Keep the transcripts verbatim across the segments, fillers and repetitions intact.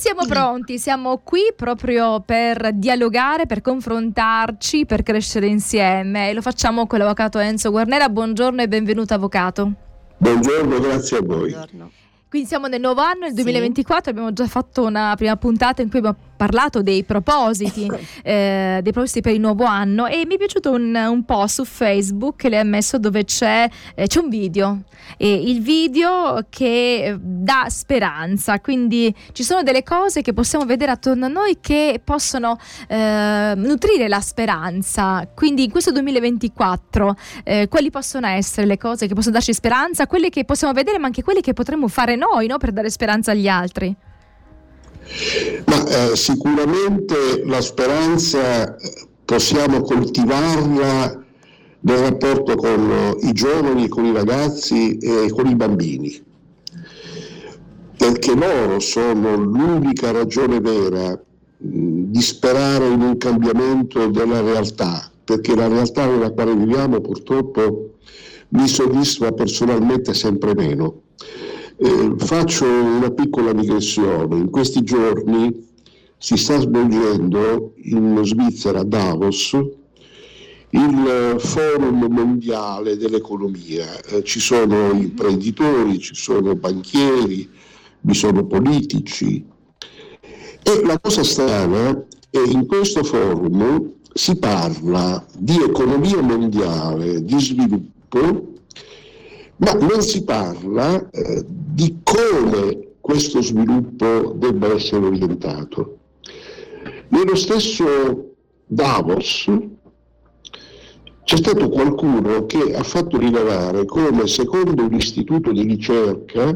siamo pronti, siamo qui proprio per dialogare, per confrontarci, per crescere insieme e lo facciamo con l'avvocato Enzo Guarnera. Buongiorno e benvenuto, avvocato. Buongiorno, grazie a voi. Buongiorno. Quindi siamo nel nuovo anno, il duemilaventiquattro, sì. Abbiamo già fatto una prima puntata in cui abbiamo parlato dei propositi, eh, dei propositi per il nuovo anno, e mi è piaciuto un, un post su Facebook che lei ha messo dove c'è, eh, c'è un video, e il video che dà speranza, quindi ci sono delle cose che possiamo vedere attorno a noi che possono eh, nutrire la speranza. Quindi in questo duemilaventiquattro eh, quali possono essere le cose che possono darci speranza, quelle che possiamo vedere ma anche quelle che potremmo fare noi, no, per dare speranza agli altri? Ma eh, sicuramente la speranza possiamo coltivarla nel rapporto con i giovani, con i ragazzi e con i bambini, perché loro sono l'unica ragione vera mh, di sperare in un cambiamento della realtà, perché la realtà nella quale viviamo purtroppo mi soddisfa personalmente sempre meno. Eh, faccio una piccola digressione. In questi giorni si sta svolgendo in Svizzera, a Davos, il forum mondiale dell'economia. Eh, ci sono imprenditori, ci sono banchieri, vi sono politici. E la cosa strana è che in questo forum si parla di economia mondiale, di sviluppo, ma non si parla eh, di come questo sviluppo debba essere orientato. Nello stesso Davos c'è stato qualcuno che ha fatto rilevare come, secondo un istituto di ricerca,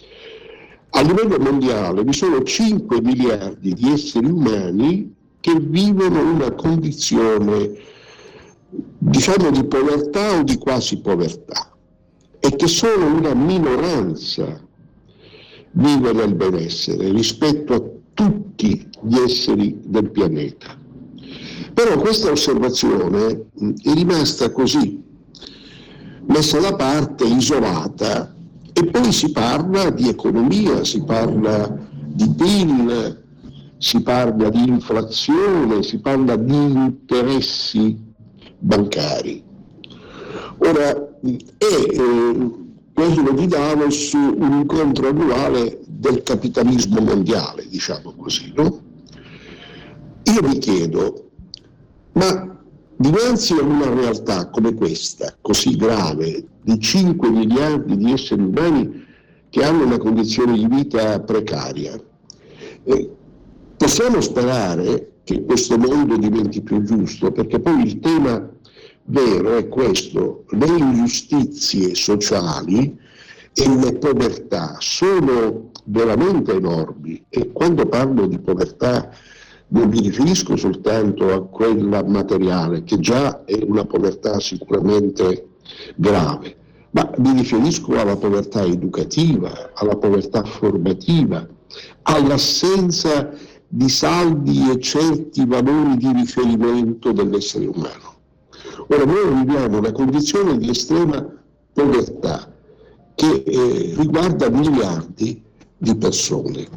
a livello mondiale vi sono cinque miliardi di esseri umani che vivono una condizione, diciamo, di povertà o di quasi povertà, e che solo una minoranza vive nel benessere rispetto a tutti gli esseri del pianeta. Però questa osservazione è rimasta così, messa da parte, isolata, e poi si parla di economia, si parla di P I L, si parla di inflazione, si parla di interessi bancari. Ora, è eh, quello di Davos un incontro annuale del capitalismo mondiale, diciamo così, no? Io mi chiedo, ma dinanzi a una realtà come questa, così grave, di cinque miliardi di esseri umani che hanno una condizione di vita precaria, eh, possiamo sperare che questo mondo diventi più giusto? Perché poi il tema vero è questo: le ingiustizie sociali e le povertà sono veramente enormi, e quando parlo di povertà non mi riferisco soltanto a quella materiale, che già è una povertà sicuramente grave, ma mi riferisco alla povertà educativa, alla povertà formativa, all'assenza di saldi e certi valori di riferimento dell'essere umano. Ora, noi viviamo una condizione di estrema povertà che eh, riguarda miliardi di persone.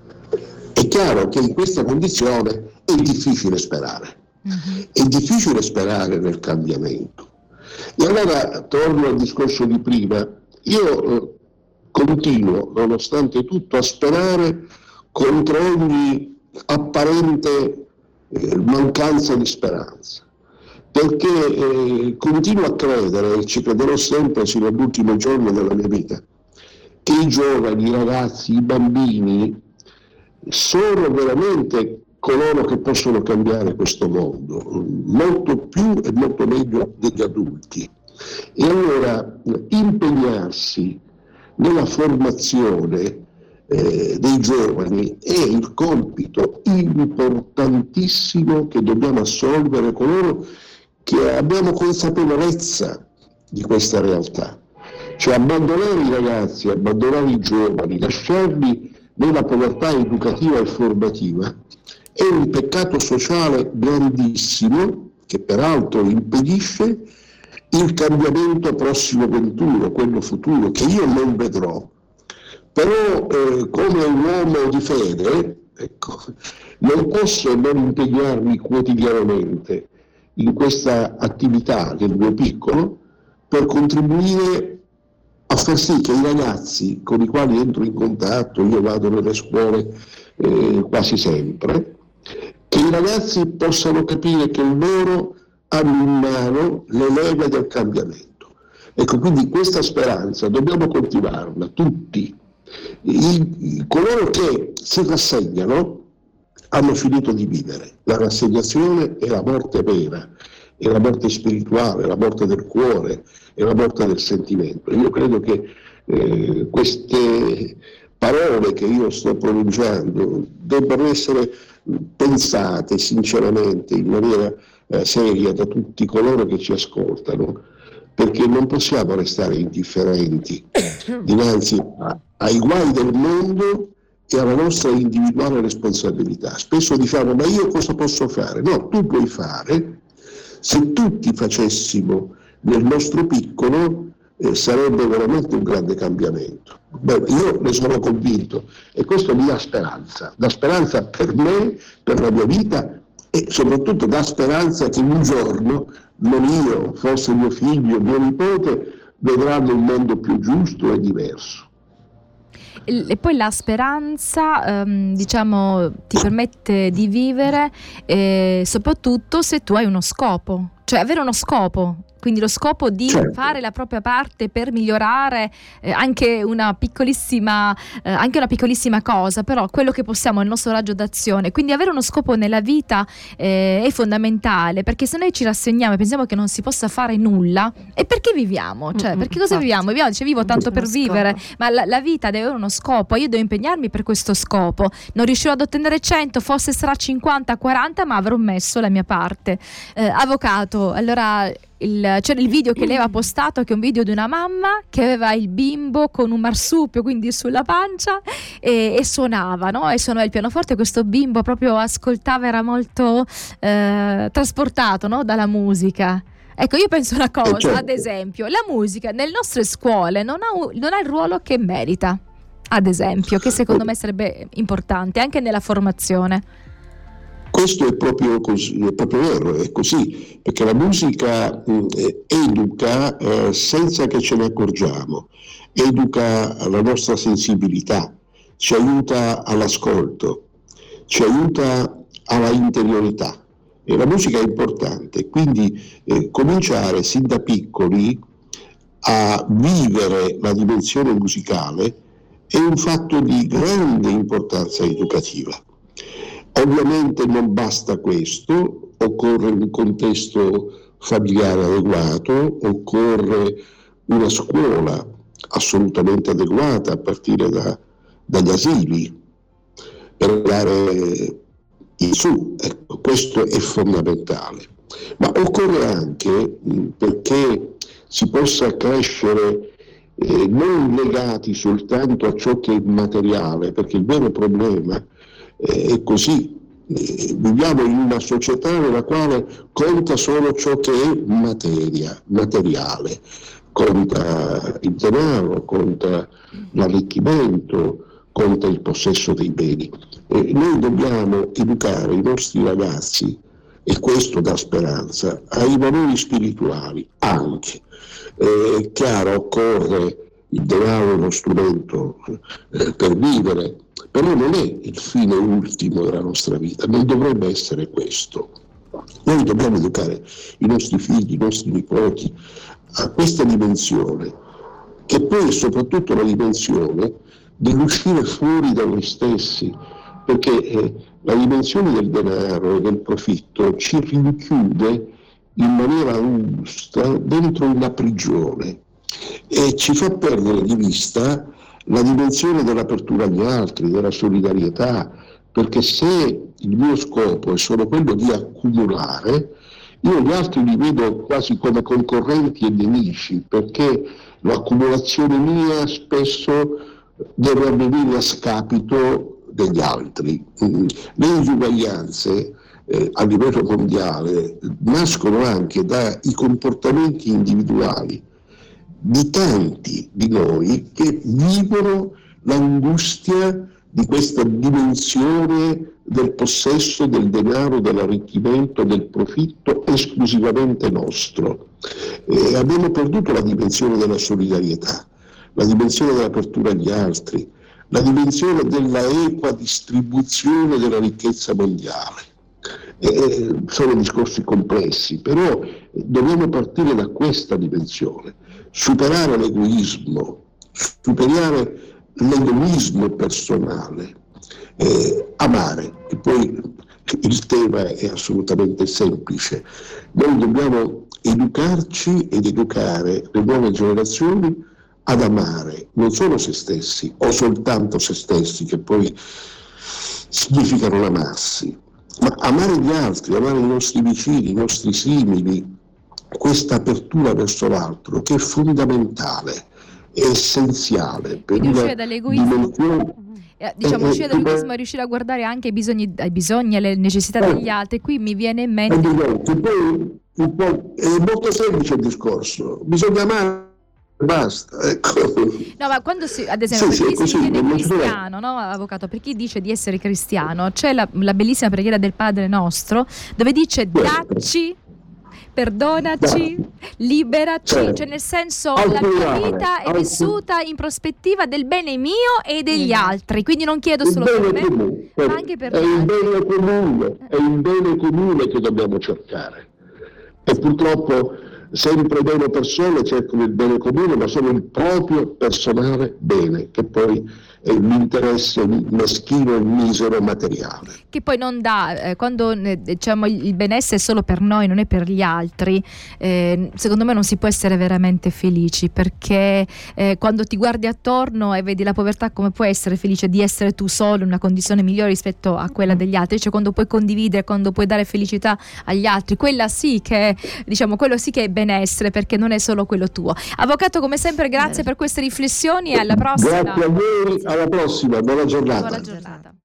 È chiaro che in questa condizione è difficile sperare, mm-hmm. è difficile sperare nel cambiamento. E allora torno al discorso di prima. Io eh, continuo, nonostante tutto, a sperare contro ogni apparente eh, mancanza di speranza. Perché eh, continuo a credere, e ci crederò sempre sino all'ultimo giorno della mia vita, che i giovani, i ragazzi, i bambini sono veramente coloro che possono cambiare questo mondo, molto più e molto meglio degli adulti. E allora impegnarsi nella formazione eh, dei giovani è il compito importantissimo che dobbiamo assolvere coloro che abbiamo consapevolezza di questa realtà. Cioè abbandonare i ragazzi, abbandonare i giovani, lasciarli nella povertà educativa e formativa è un peccato sociale grandissimo, che peraltro impedisce il cambiamento prossimo venturo, quello futuro, che io non vedrò. Però eh, come un uomo di fede Ecco, non posso non impegnarmi quotidianamente in questa attività del mio piccolo per contribuire a far sì che i ragazzi con i quali entro in contatto, io vado nelle scuole eh, quasi sempre, che i ragazzi possano capire che loro hanno in mano le leve del cambiamento. Ecco, quindi questa speranza dobbiamo coltivarla tutti. I, coloro che si rassegnano hanno finito di vivere. La rassegnazione è la morte vera, è la morte spirituale, la morte del cuore, è la morte del sentimento. Io credo che eh, queste parole che io sto pronunciando debbano essere pensate sinceramente, in maniera eh, seria, da tutti coloro che ci ascoltano, perché non possiamo restare indifferenti dinanzi a, ai guai del mondo e alla nostra individuale responsabilità. Spesso diciamo: ma io cosa posso fare? No, tu puoi fare. Se tutti facessimo nel nostro piccolo eh, sarebbe veramente un grande cambiamento. Beh, io ne sono convinto e questo mi dà speranza, dà speranza per me, per la mia vita e soprattutto dà speranza che un giorno non io, forse mio figlio, mio nipote vedranno un mondo più giusto e diverso. E poi la speranza, ehm, diciamo, ti permette di vivere, eh, soprattutto se tu hai uno scopo, cioè avere uno scopo. Quindi lo scopo di certo. fare la propria parte per migliorare eh, anche una piccolissima eh, anche una piccolissima cosa, però quello che possiamo, il nostro raggio d'azione. Quindi avere uno scopo nella vita eh, è fondamentale, perché se noi ci rassegniamo e pensiamo che non si possa fare nulla, e perché viviamo? Cioè, mm-hmm, perché cosa infatti. viviamo? Viviamo, dice, vivo tanto per vivere, ma la, la vita deve avere uno scopo, io devo impegnarmi per questo scopo. Non riuscirò ad ottenere cento, forse sarà cinquanta, quaranta, ma avrò messo la mia parte. Eh, avvocato, allora Il, c'era il video che lei aveva postato, che è un video di una mamma che aveva il bimbo con un marsupio quindi sulla pancia e, e suonava, no? E suonava il pianoforte. Questo bimbo proprio ascoltava, era molto eh, trasportato, no? Dalla musica. Ecco, io penso una cosa, certo. ad esempio, la musica nelle nostre scuole non ha, non ha il ruolo che merita, ad esempio, che secondo me sarebbe importante anche nella formazione. Questo è proprio così, è proprio vero, è così, perché la musica mh, educa eh, senza che ce ne accorgiamo, educa la nostra sensibilità, ci aiuta all'ascolto, ci aiuta alla interiorità e la musica è importante, quindi eh, cominciare sin da piccoli a vivere la dimensione musicale è un fatto di grande importanza educativa. Ovviamente non basta questo, occorre un contesto familiare adeguato, occorre una scuola assolutamente adeguata a partire da, dagli asili per dare in su, ecco, questo è fondamentale. Ma occorre anche, perché si possa crescere eh, non legati soltanto a ciò che è materiale, perché il vero problema è così, viviamo in una società nella quale conta solo ciò che è materia, materiale, conta il denaro, conta l'arricchimento, conta il possesso dei beni. E noi dobbiamo educare i nostri ragazzi, e questo dà speranza, ai valori spirituali anche. È chiaro, occorre il denaro, è uno strumento eh, per vivere, però non è il fine ultimo della nostra vita, non dovrebbe essere questo. Noi dobbiamo educare i nostri figli, i nostri nipoti a questa dimensione, che poi è soprattutto la dimensione dell'uscire fuori da noi stessi, perché eh, la dimensione del denaro e del profitto ci rinchiude in maniera angusta dentro una prigione e ci fa perdere di vista la dimensione dell'apertura agli altri, della solidarietà, perché se il mio scopo è solo quello di accumulare, io gli altri li vedo quasi come concorrenti e nemici, perché l'accumulazione mia spesso deve avvenire a scapito degli altri. Le disuguaglianze eh, a livello mondiale nascono anche dai comportamenti individuali di tanti di noi che vivono l'angustia di questa dimensione del possesso, del denaro, dell'arricchimento, del profitto esclusivamente nostro. Eh, abbiamo perduto la dimensione della solidarietà, la dimensione dell'apertura agli altri, la dimensione della equa distribuzione della ricchezza mondiale. Eh, sono discorsi complessi, però dobbiamo partire da questa dimensione, superare l'egoismo, superare l'egoismo personale, eh, amare. E poi il tema è assolutamente semplice. Noi dobbiamo educarci ed educare le nuove generazioni ad amare non solo se stessi o soltanto se stessi, che poi significa non amarsi, ma amare gli altri, amare i nostri vicini, i nostri simili, questa apertura verso l'altro che è fondamentale, è essenziale per Quindi una uscire dall'egoismo, dimensione. eh, diciamo Eh, uscire eh, dall'egoismo eh, e riuscire a guardare anche ai bisogni, ai bisogni e alle necessità degli altri. Qui mi viene in mente Che poi un po', è molto semplice il discorso, bisogna amare, basta, ecco. no, ma quando si, ad esempio, Sì, per sì, chi si così, ritiene non ci vuole. cristiano, no, avvocato, per chi dice di essere cristiano, c'è la, la bellissima preghiera del Padre Nostro dove dice dacci, perdonaci, liberaci, Certo. cioè nel senso Al la mia plurale, vita è al- vissuta in prospettiva del bene mio e degli altri, quindi non chiedo Il solo per bene me, comune, ma anche per è gli il altri. bene comune, è il bene comune che dobbiamo cercare. E purtroppo sempre meno persone cercano il bene comune, ma solo il proprio personale bene, che poi è l'interesse meschino e misero materiale. Che poi non dà, eh, quando eh, diciamo il il benessere è solo per noi, non è per gli altri, eh, secondo me non si può essere veramente felici, perché eh, quando ti guardi attorno e vedi la povertà, come puoi essere felice di essere tu solo in una condizione migliore rispetto a quella degli altri? Cioè quando puoi condividere, quando puoi dare felicità agli altri, quella sì che, diciamo, quello sì che è benessere, perché non è solo quello tuo. Avvocato, come sempre grazie per queste riflessioni e alla prossima. Grazie a voi, alla prossima, buona giornata. Buona giornata.